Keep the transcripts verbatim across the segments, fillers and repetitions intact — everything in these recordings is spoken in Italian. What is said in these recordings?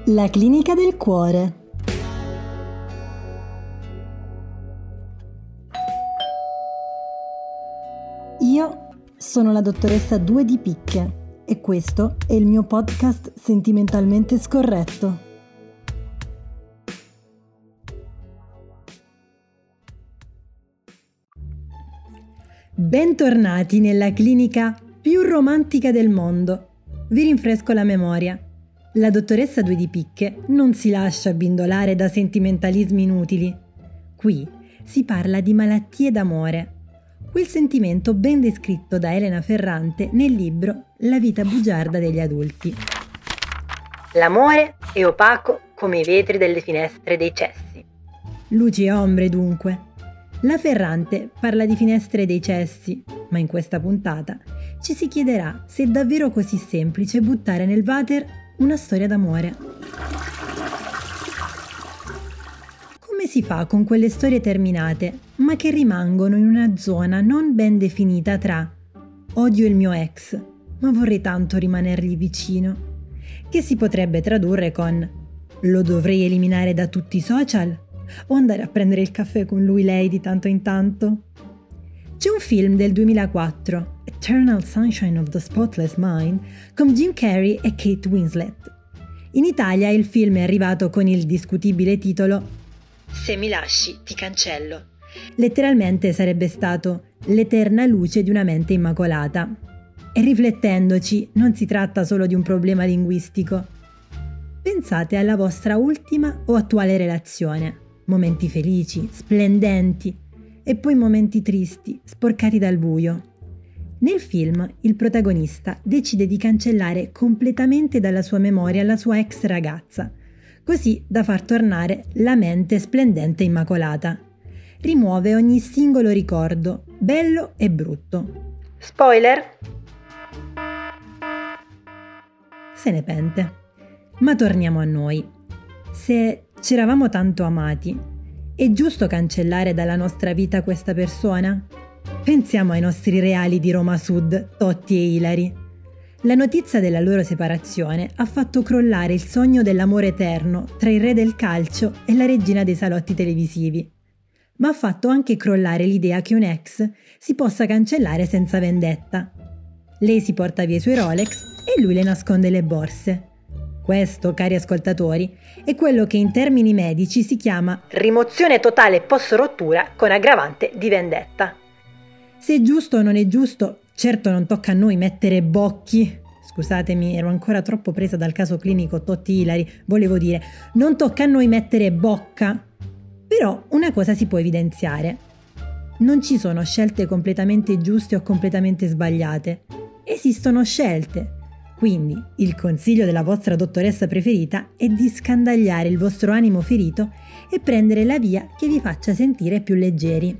La clinica del cuore. Io sono la dottoressa Due di Picche e questo è il mio podcast sentimentalmente scorretto. Bentornati nella clinica più romantica del mondo. Vi rinfresco la memoria. La dottoressa Due di Picche non si lascia abbindolare da sentimentalismi inutili. Qui si parla di malattie d'amore, quel sentimento ben descritto da Elena Ferrante nel libro La vita bugiarda degli adulti. L'amore è opaco come i vetri delle finestre dei cessi. Luci e ombre dunque. La Ferrante parla di finestre dei cessi, ma in questa puntata ci si chiederà se è davvero così semplice buttare nel water una storia d'amore. Come si fa con quelle storie terminate, ma che rimangono in una zona non ben definita tra odio il mio ex, ma vorrei tanto rimanergli vicino, che si potrebbe tradurre con lo dovrei eliminare da tutti i social o andare a prendere il caffè con lui lei di tanto in tanto? C'è un film del duemilaquattro, Eternal Sunshine of the Spotless Mind, con Jim Carrey e Kate Winslet. In Italia il film è arrivato con il discutibile titolo Se mi lasci, ti cancello. Letteralmente sarebbe stato l'eterna luce di una mente immacolata. E riflettendoci, non si tratta solo di un problema linguistico. Pensate alla vostra ultima o attuale relazione. Momenti felici, splendenti, e poi momenti tristi, sporcati dal buio. Nel film, il protagonista decide di cancellare completamente dalla sua memoria la sua ex ragazza, così da far tornare la mente splendente e immacolata. Rimuove ogni singolo ricordo, bello e brutto. Spoiler? Se ne pente. Ma torniamo a noi. Se ci eravamo tanto amati, è giusto cancellare dalla nostra vita questa persona? Pensiamo ai nostri reali di Roma Sud, Totti e Ilari. La notizia della loro separazione ha fatto crollare il sogno dell'amore eterno tra il re del calcio e la regina dei salotti televisivi. Ma ha fatto anche crollare l'idea che un ex si possa cancellare senza vendetta. Lei si porta via i suoi Rolex e lui le nasconde le borse. Questo, cari ascoltatori, è quello che in termini medici si chiama rimozione totale post-rottura con aggravante di vendetta. Se è giusto o non è giusto, certo non tocca a noi mettere bocchi. Scusatemi, ero ancora troppo presa dal caso clinico Totti Ilari, volevo dire, non tocca a noi mettere bocca. Però una cosa si può evidenziare. Non ci sono scelte completamente giuste o completamente sbagliate. Esistono scelte. Quindi il consiglio della vostra dottoressa preferita è di scandagliare il vostro animo ferito e prendere la via che vi faccia sentire più leggeri.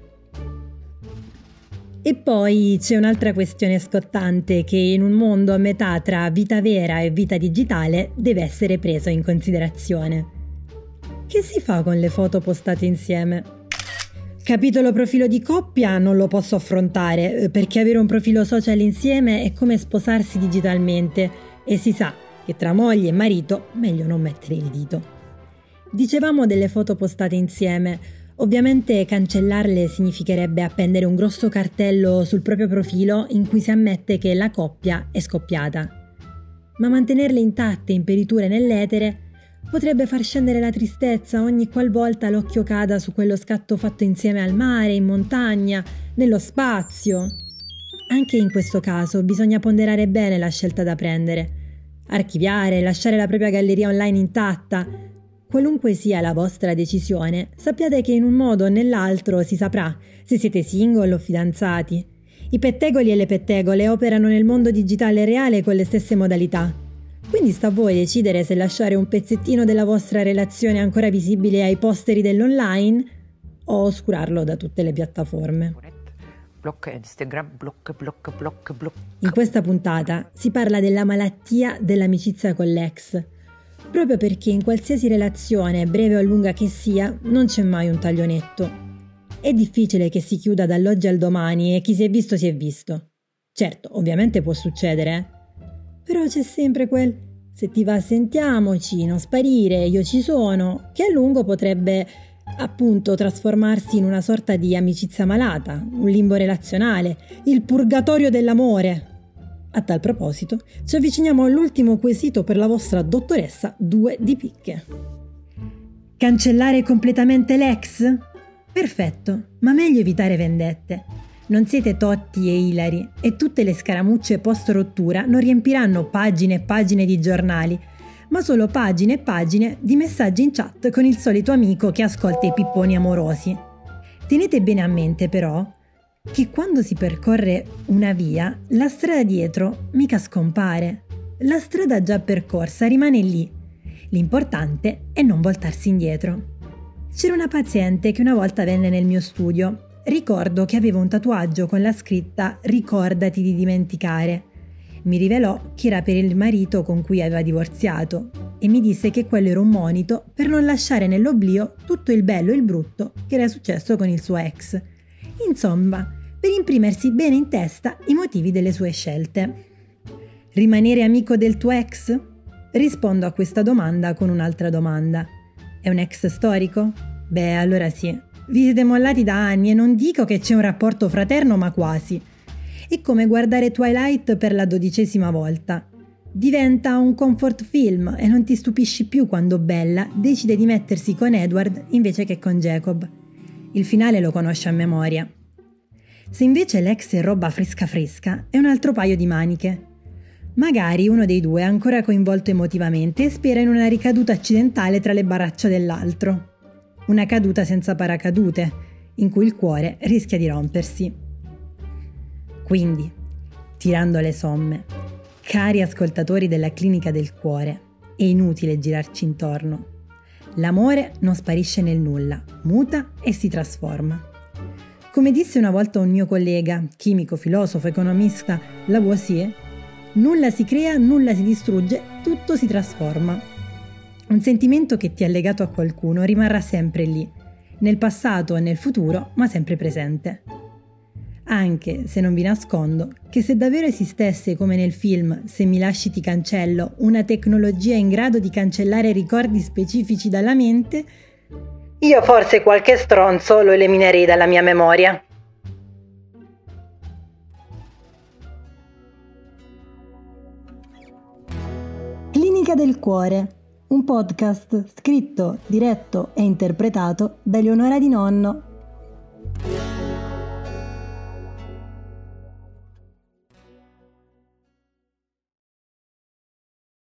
E poi c'è un'altra questione scottante che in un mondo a metà tra vita vera e vita digitale deve essere preso in considerazione. Che si fa con le foto postate insieme? Capitolo profilo di coppia non lo posso affrontare, perché avere un profilo social insieme è come sposarsi digitalmente e si sa che tra moglie e marito meglio non mettere il dito. Dicevamo delle foto postate insieme, ovviamente cancellarle significherebbe appendere un grosso cartello sul proprio profilo in cui si ammette che la coppia è scoppiata. Ma mantenerle intatte in periture nell'etere potrebbe far scendere la tristezza ogni qualvolta l'occhio cada su quello scatto fatto insieme al mare, in montagna, nello spazio. Anche in questo caso bisogna ponderare bene la scelta da prendere. Archiviare, lasciare la propria galleria online intatta. Qualunque sia la vostra decisione, sappiate che in un modo o nell'altro si saprà se siete single o fidanzati. I pettegoli e le pettegole operano nel mondo digitale reale con le stesse modalità. Quindi sta a voi decidere se lasciare un pezzettino della vostra relazione ancora visibile ai posteri dell'online o oscurarlo da tutte le piattaforme. Blocca Instagram, blocca, blocca, blocca, blocca. In questa puntata si parla della malattia dell'amicizia con l'ex, proprio perché in qualsiasi relazione, breve o lunga che sia, non c'è mai un taglio netto. È difficile che si chiuda dall'oggi al domani e chi si è visto si è visto. Certo, ovviamente può succedere, eh? Però c'è sempre quel se ti va sentiamoci, non sparire, io ci sono, che a lungo potrebbe appunto trasformarsi in una sorta di amicizia malata, un limbo relazionale, il purgatorio dell'amore. A tal proposito, ci avviciniamo all'ultimo quesito per la vostra dottoressa due di picche. Cancellare completamente l'ex? Perfetto, ma meglio evitare vendette. Non siete Totti e Ilari e tutte le scaramucce post-rottura non riempiranno pagine e pagine di giornali, ma solo pagine e pagine di messaggi in chat con il solito amico che ascolta i pipponi amorosi. Tenete bene a mente però che quando si percorre una via, la strada dietro mica scompare. La strada già percorsa rimane lì. L'importante è non voltarsi indietro. C'era una paziente che una volta venne nel mio studio. Ricordo che aveva un tatuaggio con la scritta "Ricordati di dimenticare". Mi rivelò che era per il marito con cui aveva divorziato e mi disse che quello era un monito per non lasciare nell'oblio tutto il bello e il brutto che era successo con il suo ex. Insomma, per imprimersi bene in testa i motivi delle sue scelte. Rimanere amico del tuo ex? Rispondo a questa domanda con un'altra domanda. È un ex storico? Beh, allora sì. Vi siete mollati da anni e non dico che c'è un rapporto fraterno, ma quasi. È come guardare Twilight per la dodicesima volta. Diventa un comfort film e non ti stupisci più quando Bella decide di mettersi con Edward invece che con Jacob. Il finale lo conosce a memoria. Se invece l'ex è roba fresca fresca, è un altro paio di maniche. Magari uno dei due è ancora coinvolto emotivamente e spera in una ricaduta accidentale tra le braccia dell'altro. Una caduta senza paracadute, in cui il cuore rischia di rompersi. Quindi, tirando le somme, cari ascoltatori della Clinica del Cuore, è inutile girarci intorno. L'amore non sparisce nel nulla, muta e si trasforma. Come disse una volta un mio collega, chimico, filosofo, economista, Lavoisier, nulla si crea, nulla si distrugge, tutto si trasforma. Un sentimento che ti è legato a qualcuno rimarrà sempre lì, nel passato e nel futuro, ma sempre presente. Anche se non vi nascondo che se davvero esistesse, come nel film Se mi lasci ti cancello, una tecnologia in grado di cancellare ricordi specifici dalla mente, io forse qualche stronzo lo eliminerei dalla mia memoria. Clinica del Cuore, un podcast scritto, diretto e interpretato da Eleonora Di Nonno.